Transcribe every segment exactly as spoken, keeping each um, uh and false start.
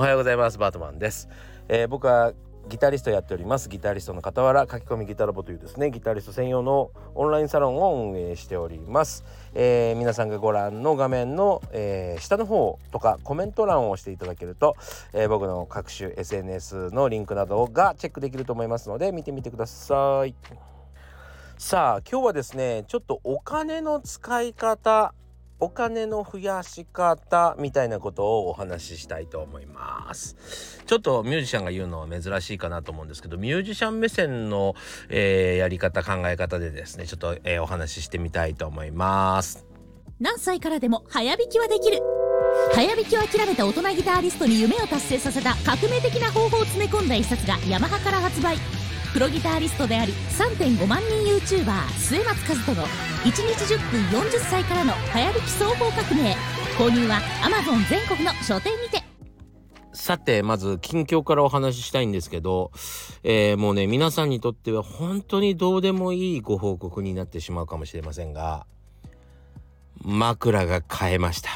はようございます。バートマンです。えー、僕はギタリストやっております。ギタリストの傍ら書き込みギタラボというですねギタリスト専用のオンラインサロンを運営しております。えー、皆さんがご覧の画面の、えー、下の方とかコメント欄を押していただけると、えー、僕の各種 エスエヌエス のリンクなどがチェックできると思いますので見てみてください。さあ今日はですねちょっとお金の使い方、お金の増やし方みたいなことをお話ししたいと思います。ちょっとミュージシャンが言うのは珍しいかなと思うんですけど、ミュージシャン目線の、えー、やり方考え方でですねちょっと、えー、お話ししてみたいと思います。 何歳からでも早弾きはできる。早弾きを諦めた大人ギタリストに夢を達成させた革命的な方法を詰め込んだ一冊がヤマハから発売。プロギタリストであり さんてんご 万人 YouTuber 末松和人のいちにちじゅっぷんよんじゅっさいからの早弾き双方革命。購入は Amazon 全国の書店にて。 さてまず近況からお話ししたいんですけど、えー、もうね皆さんにとっては本当にどうでもいいご報告になってしまうかもしれませんが、枕が買えました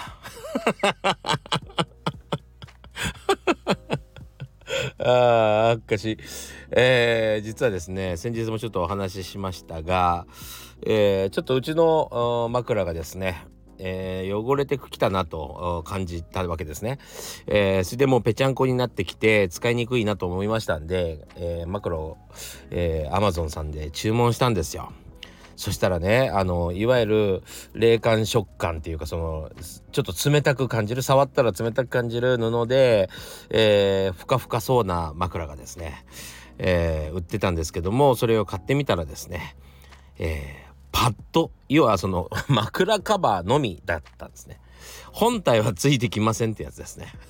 あーかし、えー、実はですね先日もちょっとお話ししましたが、えー、ちょっとうちの枕がですね、えー、汚れてきたなと感じたわけですね。えー、それでもうぺちゃんこになってきて使いにくいなと思いましたんで、えー、枕を、えー、Amazon さんで注文したんですよ。そしたらねあのいわゆる冷感食感っていうか、そのちょっと冷たく感じる、触ったら冷たく感じる布で、えー、ふかふかそうな枕がですね、えー、売ってたんですけども、それを買ってみたらですね、えー、パッド、要はその枕カバーのみだったんですね。本体はついてきませんってやつですね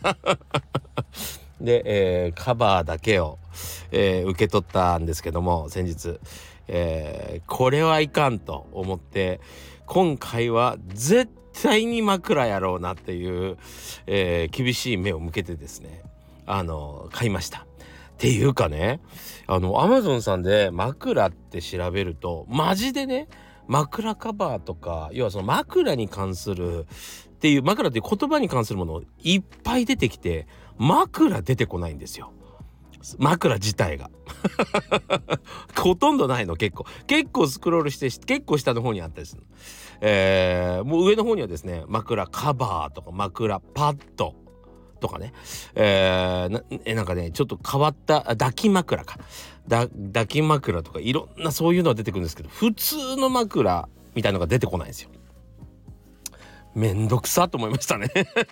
で、えー、カバーだけを、えー、受け取ったんですけども先日、えー、これはいかんと思って今回は絶対に枕やろうなっていう、えー、厳しい目を向けてですねあの買いました。っていうかねあの Amazon さんで枕って調べるとマジでね枕カバーとか、要はその枕に関するっていう、枕っていう言葉に関するものいっぱい出てきて枕出てこないんですよ。枕自体がほとんどないの。結構結構スクロールして結構下の方にあったりする、えー、もう上の方にはですね枕カバーとか枕パッドとかね、えー、な, えなんかねちょっと変わった抱き枕かだ抱き枕とかいろんなそういうのが出てくるんですけど、普通の枕みたいなのが出てこないんですよ。めんどくさと思いましたね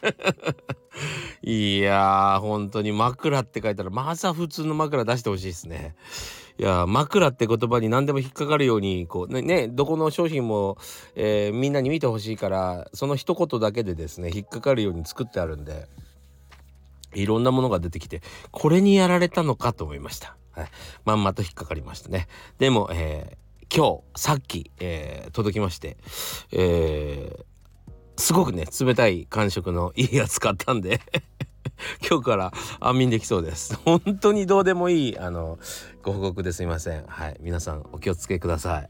いやー本当に枕って書いたらまずは普通の枕出してほしいですね。いや枕って言葉に何でも引っかかるようにこう ね, ねどこの商品も、えー、みんなに見てほしいからその一言だけでですね引っかかるように作ってあるんで、いろんなものが出てきてこれにやられたのかと思いました、はい、まんまと引っかかりましたね。でも、えー、今日さっき、えー、届きまして、えーすごくね冷たい感触のいいやつ買ったんで今日から安眠できそうです。本当にどうでもいいあのご報告ですいません。はい、皆さんお気をつけください。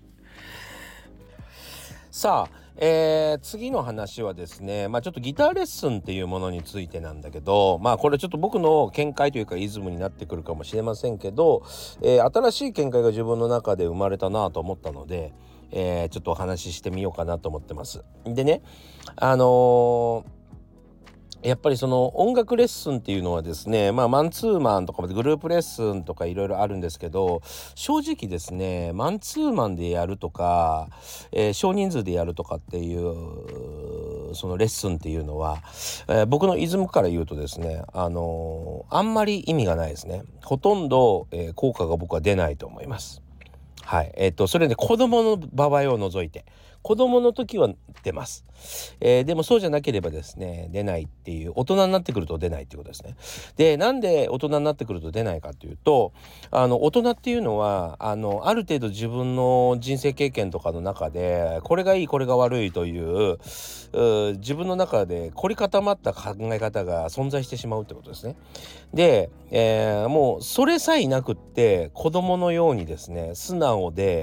さあ、えー、次の話はですねまあちょっとギターレッスンっていうものについてなんだけど、まあこれちょっと僕の見解というかイズムになってくるかもしれませんけど、えー、新しい見解が自分の中で生まれたなと思ったので、えー、ちょっとお話ししてみようかなと思ってます。でねあのーやっぱりその音楽レッスンっていうのはですねまあマンツーマンとかグループレッスンとかいろいろあるんですけど、正直ですねマンツーマンでやるとか、えー、少人数でやるとかっていうそのレッスンっていうのは、えー、僕のイズムから言うとですねあのー、あんまり意味がないですね。ほとんど、えー、効果が僕は出ないと思います。はい、えっとそれで、ね、子供の場合を除いて子供の時は出ます、えー、でもそうじゃなければですね出ないっていう、大人になってくると出ないっていうことですね。でなんで大人になってくると出ないかっていうと、あの大人っていうのはあのある程度自分の人生経験とかの中でこれがいいこれが悪いという自分の中で凝り固まった考え方が存在してしまうってことですね。で、えー、もうそれさえなくって子供のようにですね素直で、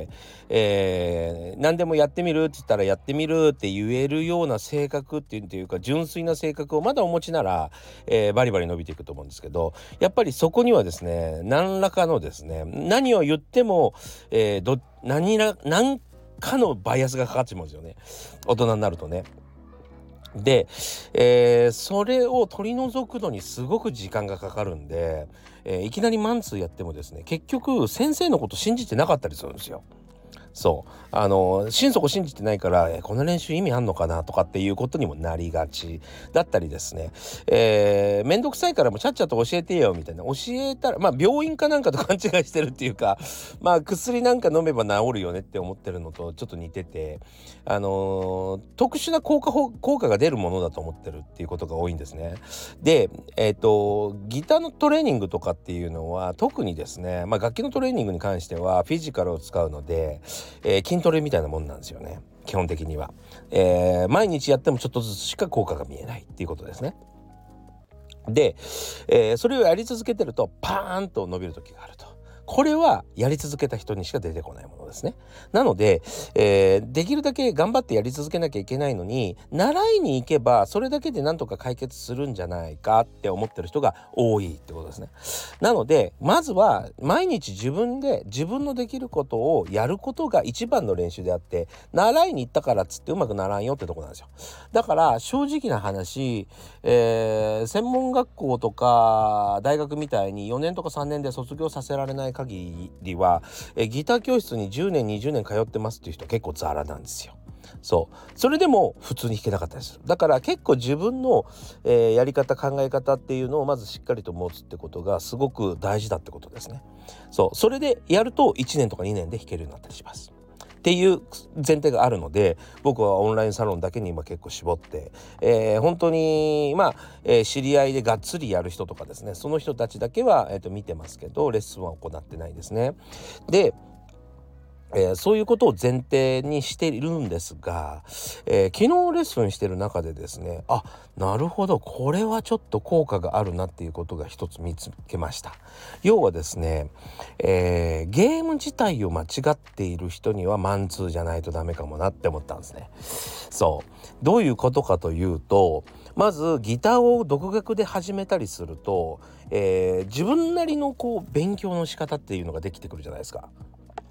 えー、何でもやってみるって言ったらやってみるって言えるような性格っていうか純粋な性格をまだお持ちなら、えー、バリバリ伸びていくと思うんですけど、やっぱりそこにはですね何らかのですね何を言っても、えー、ど何ら何かのバイアスがかかっちまうんですよね、大人になるとね。で、えー、それを取り除くのにすごく時間がかかるんで、えー、いきなりマンツーやってもですね結局先生のこと信じてなかったりするんですよ。そうあの心底信じてないから、えー、この練習意味あんのかなとかっていうことにもなりがちだったりですね、えー、めんどくさいからもうちゃっちゃと教えてよみたいな、教えたらまあ病院かなんかと勘違いしてるっていうか、まあ薬なんか飲めば治るよねって思ってるのとちょっと似てて、あのー、特殊な効果効果が出るものだと思ってるっていうことが多いんですね。でえっ、ー、とギターのトレーニングとかっていうのは特にですね、まあ楽器のトレーニングに関してはフィジカルを使うので、えー、筋トレみたいなもんなんですよね、基本的には。えー、毎日やってもちょっとずつしか効果が見えないっていうことですね。で、えー、それをやり続けてるとパーンと伸びる時があると。これはやり続けた人にしか出てこないものですね。なので、えー、できるだけ頑張ってやり続けなきゃいけないのに、習いに行けばそれだけでなんとか解決するんじゃないかって思ってる人が多いってことですね。なのでまずは毎日自分で自分のできることをやることが一番の練習であって、習いに行ったからっつってうまくならんよってとこなんですよ。だから正直な話、えー、専門学校とか大学みたいによねんとかさんねんで卒業させられない限りは、えギター教室にじゅうねんにじゅうねん通ってますっていう人結構ザラなんですよ。そうそれでも普通に弾けなかったりする。だから結構自分の、えー、やり方考え方っていうのをまずしっかりと持つってことがすごく大事だってことですね。そうそれでやるといちねんとかにねんで弾けるようになったりしますっていう前提があるので、僕はオンラインサロンだけに今結構絞って、えー、本当にまあ、えー、知り合いでがっつりやる人とかですね、その人たちだけは、えー、と見てますけどレッスンは行ってないですね。でえー、そういうことを前提にしているんですが、えー、昨日レッスンしてる中でですね、あ、なるほど、これはちょっと効果があるなっていうことが一つ見つけました。要はですね、えー、ゲーム自体を間違っている人にはマンツーじゃないとダメかもなって思ったんですね。そうどういうことかというと、まずギターを独学で始めたりすると、えー、自分なりのこう勉強の仕方っていうのができてくるじゃないですか。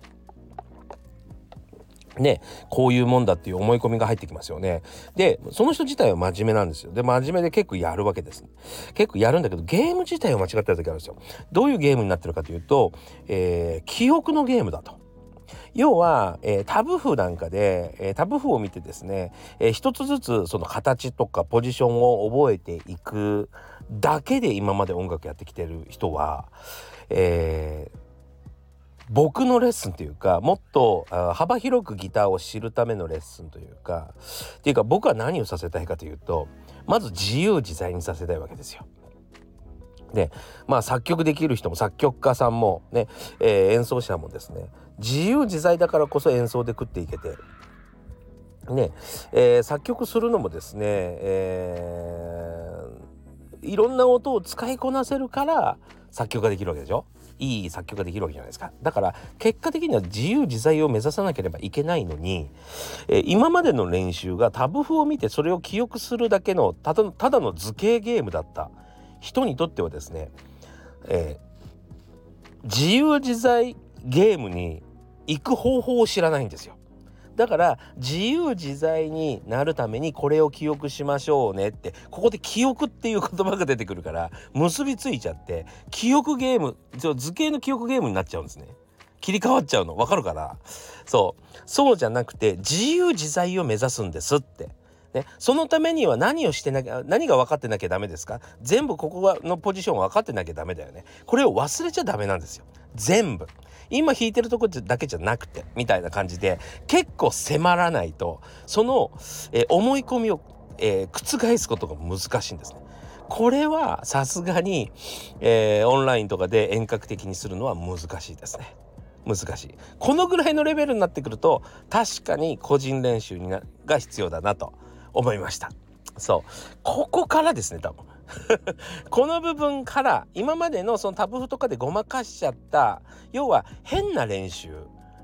ね、こういうもんだっていう思い込みが入ってきますよね。で、その人自体は真面目なんですよ。で、真面目で結構やるわけです。結構やるんだけど、ゲーム自体を間違ってる時あるんですよ。どういうゲームになってるかというと、えー、記憶のゲームだと。要は、えー、タブ譜なんかで、えー、タブ譜を見てですね、えー、一つずつその形とかポジションを覚えていくだけで今まで音楽やってきてる人は、えー僕のレッスンというか、もっと幅広くギターを知るためのレッスンというかっていうか、僕は何をさせたいかというと、まず自由自在にさせたいわけですよ。で、まあ作曲できる人も作曲家さんもね、えー、演奏者もですね、自由自在だからこそ演奏で食っていけてね、えー、作曲するのもですね、えー、いろんな音を使いこなせるから作曲ができるわけでしょ。いい作曲ができるわけじゃないですか。だから結果的には自由自在を目指さなければいけないのに、えー、今までの練習がタブ譜を見てそれを記憶するだけのただ、ただの図形ゲームだった人にとってはですね、えー、自由自在ゲームに行く方法を知らないんですよ。だから自由自在になるためにこれを記憶しましょうねって、ここで記憶っていう言葉が出てくるから結びついちゃって、記憶ゲーム、図形の記憶ゲームになっちゃうんですね。切り替わっちゃうの分かるかな。そうそうじゃなくて自由自在を目指すんですってね。そのためには何をしてなきゃ、何が分かってなきゃダメですか。全部ここのポジション分かってなきゃダメだよね。これを忘れちゃダメなんですよ。全部今弾いてるとこだけじゃなくてみたいな感じで結構迫らないと、その、えー、思い込みを、えー、覆すことが難しいんですね。これはさすがに、えー、オンラインとかで遠隔的にするのは難しいですね。難しい。このぐらいのレベルになってくると確かに個人練習になが必要だなと思いました。そうここからですね、多分この部分から今までのそのタブ譜とかでごまかしちゃった、要は変な練習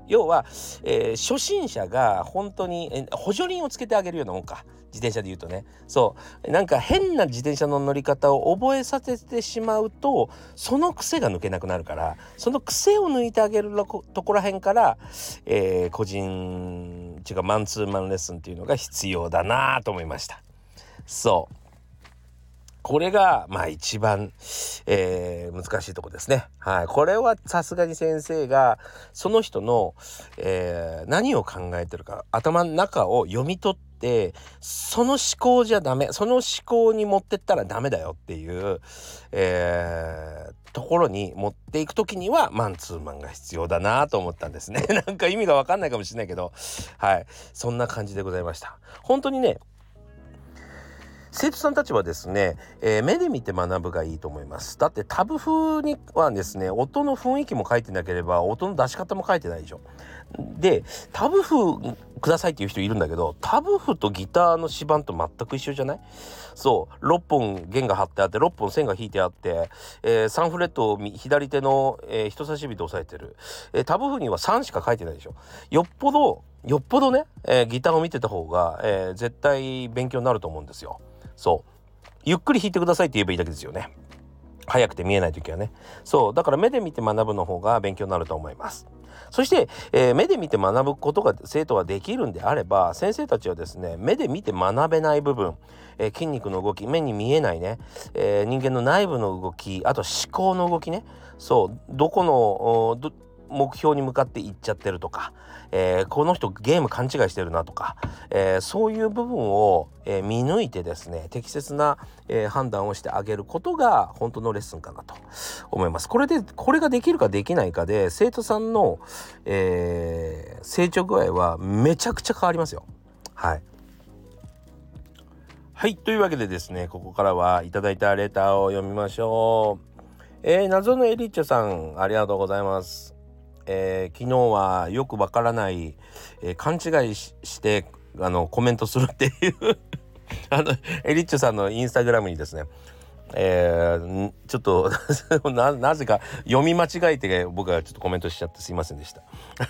要は、えー、初心者が本当にえ補助輪をつけてあげるようなもんか、自転車で言うとね。そうなんか変な自転車の乗り方を覚えさせてしまうとその癖が抜けなくなるから、その癖を抜いてあげるとこら辺から、えー、個人違うマンツーマンレッスンっていうのが必要だなと思いました。そうこれがまあ一番、えー、難しいとこですね。はい、これはさすがに先生がその人の、えー、何を考えてるか頭の中を読み取ってその思考じゃダメ、その思考に持ってったらダメだよっていう、えー、ところに持っていくときにはマンツーマンが必要だなと思ったんですね。なんか意味が分かんないかもしれないけど、はいそんな感じでございました。本当にね生徒さんたちはですね、えー、目で見て学ぶがいいと思います。だってタブ譜にはですね音の雰囲気も書いてなければ音の出し方も書いてないでしょ。でタブ譜くださいっていう人いるんだけど、タブ譜とギターの指板と全く一緒じゃない？そうろっぽん弦が張ってあってろっぽん線が引いてあって、えー、さんフレットを左手の、えー、人差し指で押さえてる、えー、タブ譜にはさんしか書いてないでしょ。よっぽどよっぽどね、えー、ギターを見てた方が、えー、絶対勉強になると思うんですよ。そうゆっくり弾いてくださいって言えばいいだけですよね。早くて見えない時はね。そうだから目で見て学ぶの方が勉強になると思います。そして、えー、目で見て学ぶことが生徒はできるんであれば、先生たちはですね目で見て学べない部分、えー、筋肉の動き、目に見えないね、えー、人間の内部の動き、あと思考の動きね、そうどこのど目標に向かっていっちゃってるとか、えー、この人ゲーム勘違いしてるなとか、えー、そういう部分を、えー、見抜いてですね適切な、えー、判断をしてあげることが本当のレッスンかなと思います。これでこれができるかできないかで生徒さんの、えー、成長具合はめちゃくちゃ変わりますよ。はいはいというわけでですねここからはいただいたレターを読みましょう。えー、謎のエリッチョさんありがとうございます。えー、昨日はよくわからない、えー、勘違い し, してあのコメントするっていうあのエリッチョさんのインスタグラムにですね、えー、ちょっとな, なぜか読み間違えて僕はちょっとコメントしちゃってすいませんでした。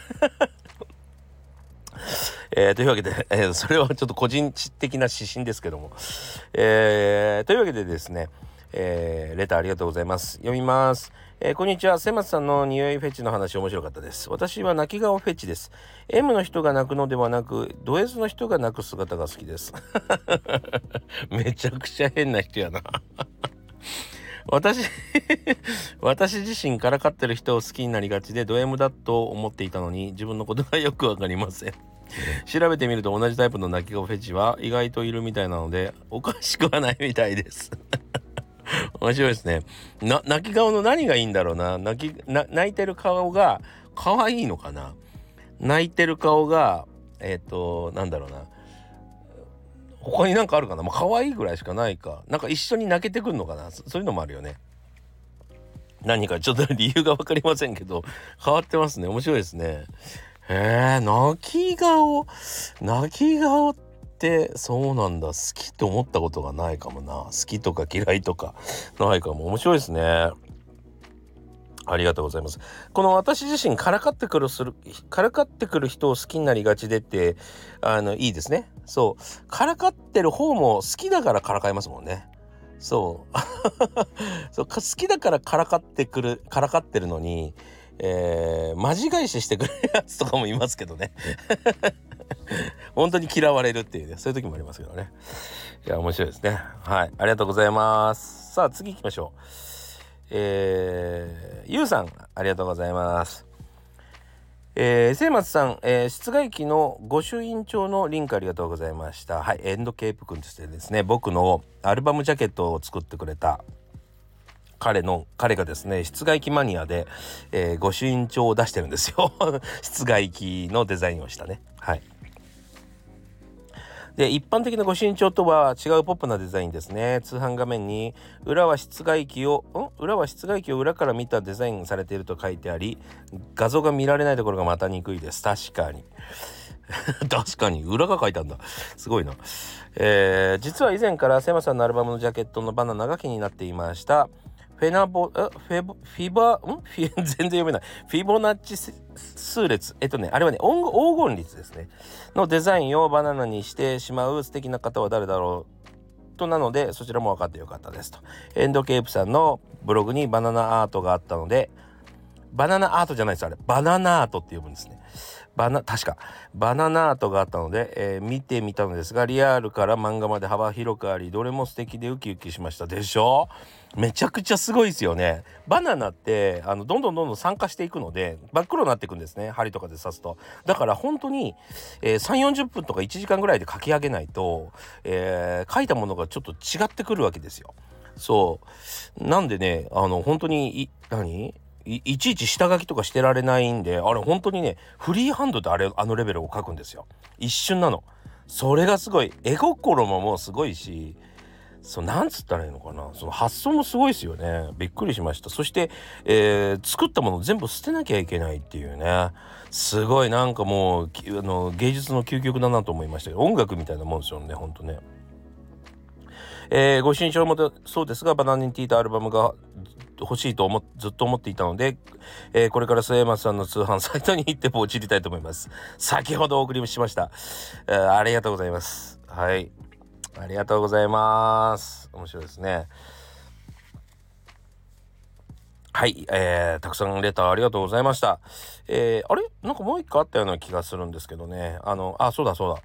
えー、というわけで、えー、それはちょっと個人的な指針ですけども、えー、というわけでですね、えー、レターありがとうございます。読みます。えー、こんにちは。瀬松さんの匂いフェチの話面白かったです。私は泣き顔フェチです。 M の人が泣くのではなくド S の人が泣く姿が好きです。めちゃくちゃ変な人やな。私私自身からかってる人を好きになりがちでド M だと思っていたのに自分のことがよくわかりません。調べてみると同じタイプの泣き顔フェチは意外といるみたいなのでおかしくはないみたいです。面白いですね。な泣き顔の何がいいんだろうな。泣きな泣いてる顔が可愛いのかな。泣いてる顔がえっ、ー、となんだろうな。他になんかあるかな。まあ可愛いぐらいしかないか。なんか一緒に泣けてくるのかな。そそういうのもあるよね。何かちょっと理由が分かりませんけど変わってますね。面白いですね。へえ、泣き顔泣き顔ってそうなんだ。好きと思ったことがないかもな。好きとか嫌いとかないかも。面白いですね。ありがとうございます。この私自身からかってくるするからかってくる人を好きになりがちでってあのいいですね。そうからかってる方も好きだからからかいますもんね。そうそう好きだからからかってくるからかってるのに、えー、マジ返ししてくるやつとかもいますけどね。本当に嫌われるっていうね、そういう時もありますけどね。いや面白いですね。はい、ありがとうございます。さあ次行きましょう。えー、ゆうさんありがとうございます。えー、末松さん、えー、室外機の御朱印帳のリンクありがとうございました。はい、エンドケープ君としてですね、僕のアルバムジャケットを作ってくれた彼の彼がですね、室外機マニアで、えー、御朱印帳を出してるんですよ。室外機のデザインをしたね。はい。で一般的な御朱印帳とは違うポップなデザインですね。通販画面に裏は室外機をん裏は室外機を裏から見たデザインされていると書いてあり、画像が見られないところがまた憎いです。確かに確かに裏が書いたんだ。すごいな。えー、実は以前からセマさんのアルバムのジャケットのバナナが気になっていました。 フェナボえフェボフィバんフィ全然読めないフィボナッチ数列えっとねあれはね黄黄金律ですねのデザインをバナナにしてしまう素敵な方は誰だろうとなので、そちらも分かってよかったですと。エンドケープさんのブログにバナナアートがあったので、バナナアートじゃないですあれバナナアートって読むんですね。バナ確かバナナアートがあったので、えー、見てみたのですが、リアルから漫画まで幅広くあり、どれも素敵でウキウキしましたでしょ。めちゃくちゃすごいですよね。バナナってあのどんどんどんどん酸化していくので真っ黒になっていくんですね、針とかで刺すと。だから本当に、えー、さんじゅうよんじゅっぷんとかいちじかんぐらいで描き上げないと、えー、描いたものがちょっと違ってくるわけですよ。そうなんでね、あの本当にい何い, いちいち下書きとかしてられないんで、あれ本当にねフリーハンドであれあのレベルを書くんですよ。一瞬なの。それがすごい。絵心ももうすごいし、そうなんつったらいいのかな、その発想もすごいですよね。びっくりしました。そして、えー、作ったもの全部捨てなきゃいけないっていうね、すごいなんかもうあの芸術の究極だなと思いましたけど、音楽みたいなもんですよね本当ね。えー、ご心象もそうですが、バナナティータアルバムが欲しいと思ずっと思っていたので、えー、これから末松さんの通販サイトに行ってポチりたいと思います。先ほどお送りしました、えー、ありがとうございます。はい、ありがとうございます。面白いですね。はい、えー、たくさんレターありがとうございました。えー、あれなんかもう一個あったような気がするんですけどね。あのあそうだそうだ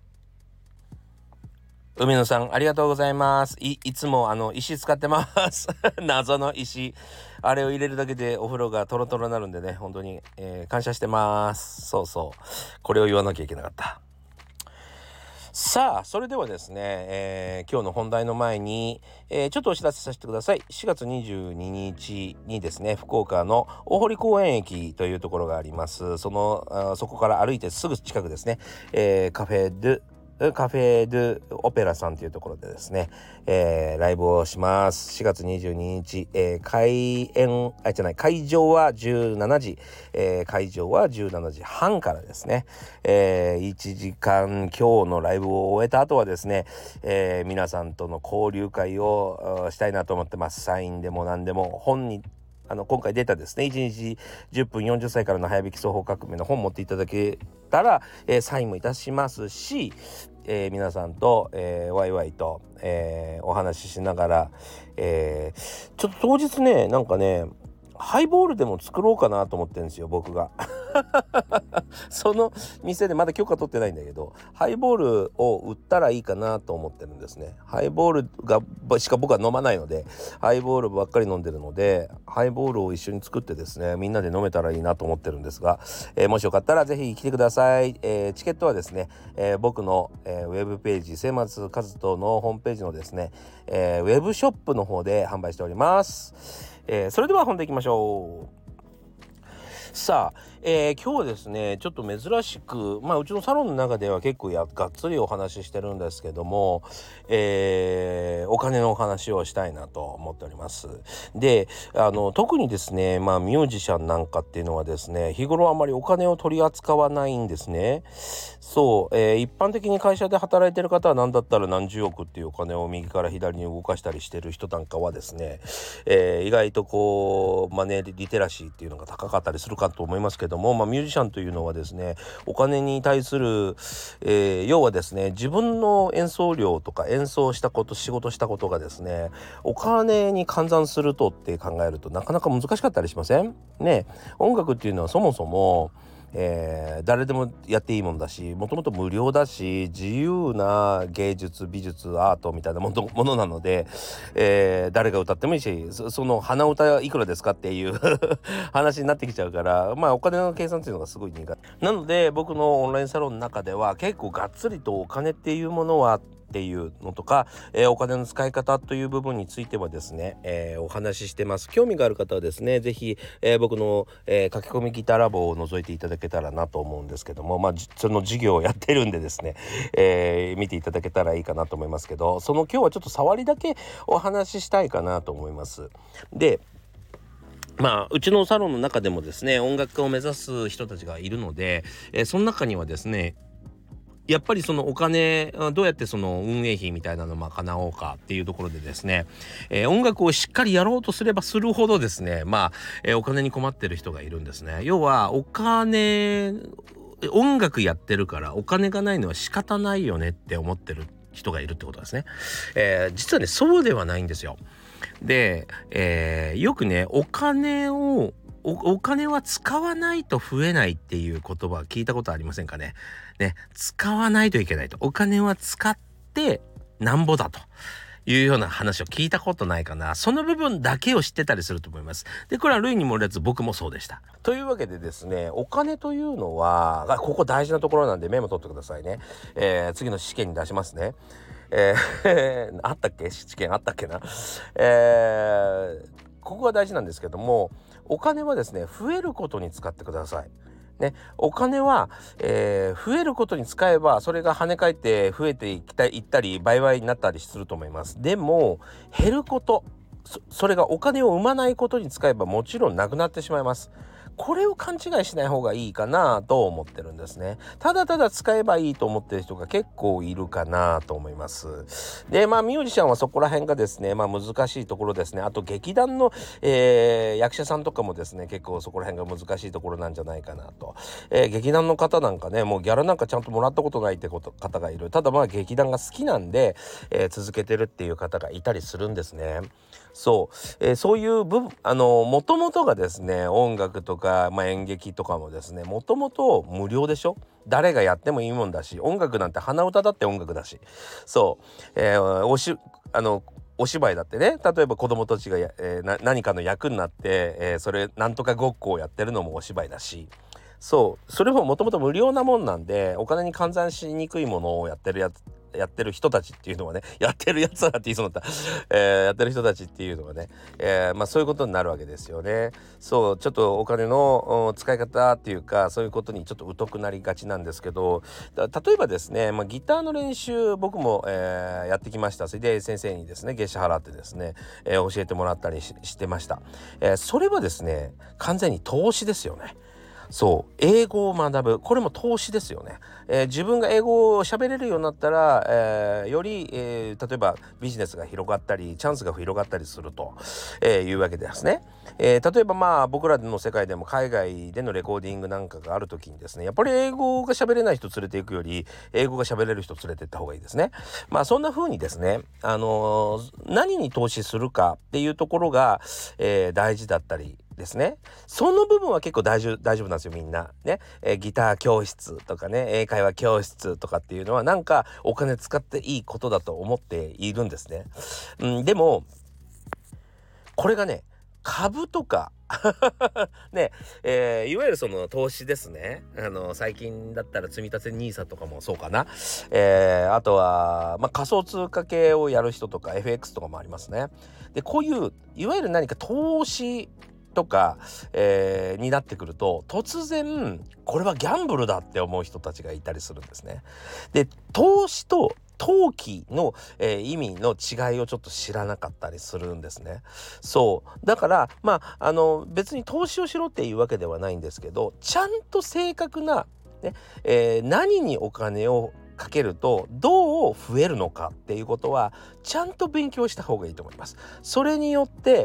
海野さんありがとうございます。 い, いつもあの石使ってます謎の石、あれを入れるだけでお風呂がトロトロになるんでね、本当に、えー、感謝してます。そうそうこれを言わなきゃいけなかった。さあそれではですね、えー、今日の本題の前に、えー、ちょっとお知らせさせてください。しがつにじゅうににちにですね、福岡の大堀公園駅というところがあります。そのそこから歩いてすぐ近くですね、えー、カフェドゥカフェドゥオペラさんというところでですね、えー、ライブをします。しがつにじゅうににち、えー、開演あじゃない会場はじゅうしちじ、えー、会場はじゅうしちじはんからですね、えー、いちじかん今日のライブを終えた後はですね、えー、皆さんとの交流会をしたいなと思ってます。サインでも何でも本にあの今回出たですねいちにちじゅっぷんよんじゅっさいからの早弾き双方革命の本持っていただけたら、えー、サインもいたしますし、えー、皆さんと、えー、ワイワイと、えー、お話ししながら、えー、ちょっと当日ねなんかねハイボールでも作ろうかなと思ってるんですよ僕がその店でまだ許可取ってないんだけど、ハイボールを売ったらいいかなと思ってるんですね。ハイボールがしか僕は飲まないので、ハイボールばっかり飲んでるので、ハイボールを一緒に作ってですねみんなで飲めたらいいなと思ってるんですが、えー、もしよかったらぜひ来てください。えー、チケットはですね、えー、僕の、えー、ウェブページ末松和人のホームページのですね、えー、ウェブショップの方で販売しております。えー、それでは本題いきましょう。さあ、えー、今日はですねちょっと珍しく、まあうちのサロンの中では結構やがっつりお話ししてるんですけども、えー、お金のお話をしたいなと思っております。で、あの特にですねまあミュージシャンなんかっていうのはですね日頃あまりお金を取り扱わないんですね。そう、えー、一般的に会社で働いてる方は何だったら何十億っていうお金を右から左に動かしたりしてる人なんかはですね、えー、意外とこうマネーリテラシーっていうのが高かったりするかと思いますけども、まあ、ミュージシャンというのはですねお金に対する、えー、要はですね自分の演奏料とか演奏したこと仕事したことがですねお金に換算するとって考えるとなかなか難しかったりしませんね。音楽っていうのはそもそもえー、誰でもやっていいもんだし、もともと無料だし自由な芸術美術アートみたいなもの、ものなので、えー、誰が歌ってもいいし、そ, その鼻歌いくらですかっていう話になってきちゃうから、まあお金の計算っていうのがすごい苦手なので、僕のオンラインサロンの中では結構がっつりとお金っていうものはっていうのとか、えー、お金の使い方という部分についてはですね、えー、お話ししてます。興味がある方はですねぜひ、えー、僕の、えー、書き込みギターラボを覗いていただけたらなと思うんですけども、まあその授業をやってるんでですね、えー、見ていただけたらいいかなと思いますけど、その今日はちょっと触りだけお話ししたいかなと思います。でまあ、うちのサロンの中でもですね音楽家を目指す人たちがいるので、えー、その中にはですねやっぱりそのお金どうやってその運営費みたいなのを賄おうかっていうところでですね、えー、音楽をしっかりやろうとすればするほどですね、まあ、えー、お金に困ってる人がいるんですね。要はお金音楽やってるからお金がないのは仕方ないよねって思ってる人がいるってことですね。えー、実はねそうではないんですよ。で、えー、よくねお金をお, お金は使わないと増えないっていう言葉聞いたことありませんかね。ね、使わないといけないと。お金は使ってなんぼだというような話を聞いたことないかな。その部分だけを知ってたりすると思います。で、これは類に漏れず僕もそうでした。というわけでですね、お金というのは、あここ大事なところなんでメモ取ってくださいね。えー、次の試験に出しますね。えー、あったっけ試験あったっけな。えー、ここが大事なんですけども、お金はですね増えることに使ってください。ね、お金は、えー、増えることに使えばそれが跳ね返って増えていったいったり倍々になったりすると思います。でも減ること そ, それがお金を生まないことに使えばもちろんなくなってしまいます。これを勘違いしない方がいいかなと思ってるんですね。ただただ使えばいいと思ってる人が結構いるかなと思います。でまあミュージシャンはそこら辺がですねまあ難しいところですね。あと劇団の、えー、役者さんとかもですね結構そこら辺が難しいところなんじゃないかなと、えー、劇団の方なんかねもうギャラなんかちゃんともらったことないってこと方がいる。ただまあ劇団が好きなんで、えー、続けてるっていう方がいたりするんですね。そう、えー、そういう部分あのもともとがですね音楽とか、まあ、演劇とかもですねもともと無料でしょ。誰がやってもいいもんだし音楽なんて鼻歌だって音楽だしそう、えー、おしあのお芝居だってね例えば子供たちがや、えー、な何かの役になって、えー、それなんとかごっこをやってるのもお芝居だしそうそれももともと無料なもんなんでお金に換算しにくいものをやってるやつやってる人たちっていうのはねやってるやつだって言いそうになった、えー、やってる人たちっていうのはね、えー、まあそういうことになるわけですよね。そうちょっとお金の使い方っていうかそういうことにちょっと疎くなりがちなんですけど例えばですね、まあ、ギターの練習僕も、えー、やってきました。それで先生にですね月謝払ってですね、えー、教えてもらったり し, してました、えー、それはですね完全に投資ですよね。そう英語を学ぶこれも投資ですよね、えー、自分が英語を喋れるようになったら、えー、より、えー、例えばビジネスが広がったりチャンスが広がったりすると、えー、いうわけですね、えー、例えばまあ僕らの世界でも海外でのレコーディングなんかがある時にですねやっぱり英語が喋れない人連れていくより英語が喋れる人連れていった方がいいですね。まあそんな風にですね、あのー、何に投資するかっていうところが、えー、大事だったりですね。その部分は結構大丈夫大丈夫なんですよみんなね、えー、ギター教室とかね英会話教室とかっていうのはなんかお金使っていいことだと思っているんですね、うん、でもこれがね株とかねえー、いわゆるその投資ですね。あの最近だったら積立 ニーサ とかもそうかな、えー、あとは、まあ、仮想通貨系をやる人とか エフエックス とかもありますね。でこういういわゆる何か投資とか、えー、になってくると突然これはギャンブルだって思う人たちがいたりするんですね。で投資と投機の、えー、意味の違いをちょっと知らなかったりするんですね。そうだからまああの別に投資をしろっていうわけではないんですけどちゃんと正確な、ねえー、何にお金をかけるとどう増えるのかっていうことはちゃんと勉強した方がいいと思います。それによって、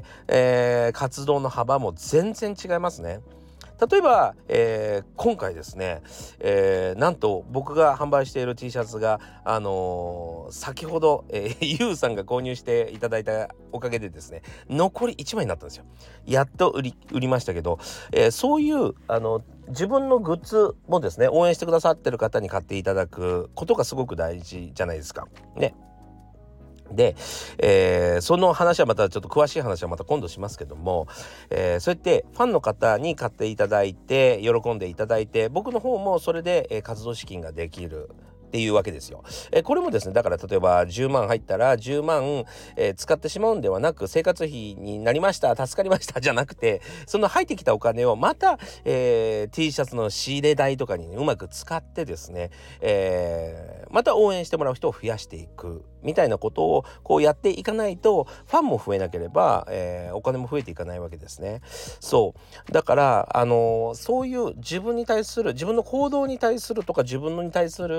えー、活動の幅も全然違いますね。例えば、えー、今回ですね、えー、なんと僕が販売している T シャツが、あのー、先ほど、えー、ゆうさんが購入していただいたおかげでですね残りいちまいになったんですよ。やっと売り、売りましたけど、えー、そういうあの自分のグッズもですね応援してくださってる方に買っていただくことがすごく大事じゃないですかね。で、えー、その話はまたちょっと詳しい話はまた今度しますけども、えー、そうやってファンの方に買っていただいて喜んでいただいて僕の方もそれで、えー、活動資金ができるっていうわけですよ。えー、これもですねだから例えばじゅうまん入ったらじゅうまん、えー、使ってしまうんではなく生活費になりました助かりましたじゃなくてその入ってきたお金をまた、えー、T シャツの仕入れ代とかに、ね、うまく使ってですね、えー、また応援してもらう人を増やしていくみたいなことをこうやっていかないとファンも増えなければ、えー、お金も増えていかないわけですね。そうだからあのー、そういう自分に対する自分の行動に対するとか自分のに対する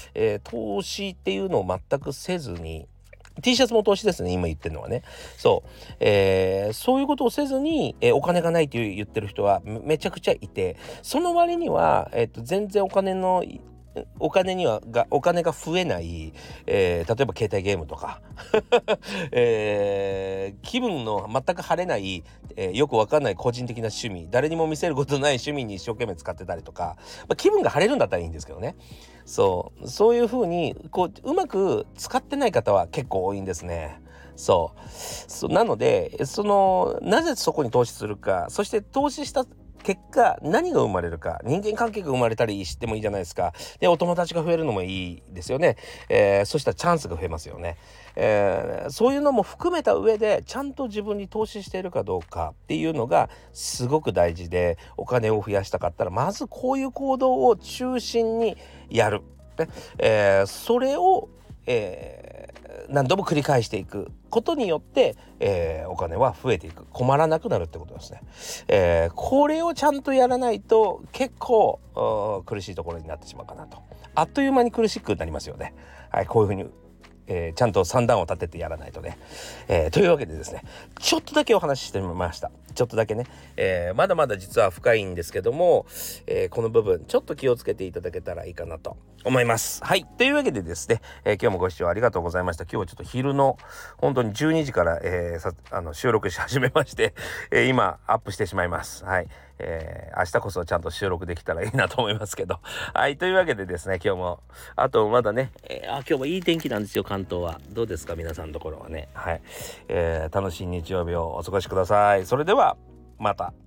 えー、投資っていうのを全くせずに、T シャツも投資ですね、今言ってるのはね。そう、えー、そういうことをせずに、えー、お金がないって言ってる人は め, めちゃくちゃいて、その割には、えー、と全然お金のお金にはがお金が増えない、えー、例えば携帯ゲームとか、えー、気分の全く晴れない、えー、よくわかんない個人的な趣味、誰にも見せることない趣味に一生懸命使ってたりとか、まあ、気分が晴れるんだったらいいんですけどね。そうそういう風にこううまく使ってない方は結構多いんですね。そうそうなので、そのなぜそこに投資するか、そして投資した結果何が生まれるか、人間関係が生まれたりしてもいいじゃないですか。でお友達が増えるのもいいですよね。えー、そしたらチャンスが増えますよね。えー、そういうのも含めた上でちゃんと自分に投資しているかどうかっていうのがすごく大事で、お金を増やしたかったらまずこういう行動を中心にやる、ねえー、それを、えー何度も繰り返していくことによって、えー、お金は増えていく、困らなくなるってことですね。えー、これをちゃんとやらないと結構苦しいところになってしまうかなと。あっという間に苦しくなりますよね。はい、こういうふうに、えー、ちゃんと算段を立ててやらないとね、えー、というわけでですね、ちょっとだけお話ししてみました。ちょっとだけね、えー、まだまだ実は深いんですけども、えー、この部分ちょっと気をつけていただけたらいいかなと思います。はい、というわけでですね、えー、今日もご視聴ありがとうございました。今日はちょっと昼の本当にじゅうにじから、えー、さあの収録し始めまして、えー、今アップしてしまいます。はい、えー、明日こそちゃんと収録できたらいいなと思いますけど、はい、というわけでですね、今日もあとまだね、えー、あ今日もいい天気なんですよ、関東は。どうですか皆さんのところはね。はい、えー、楽しい日曜日をお過ごしください。それではまた。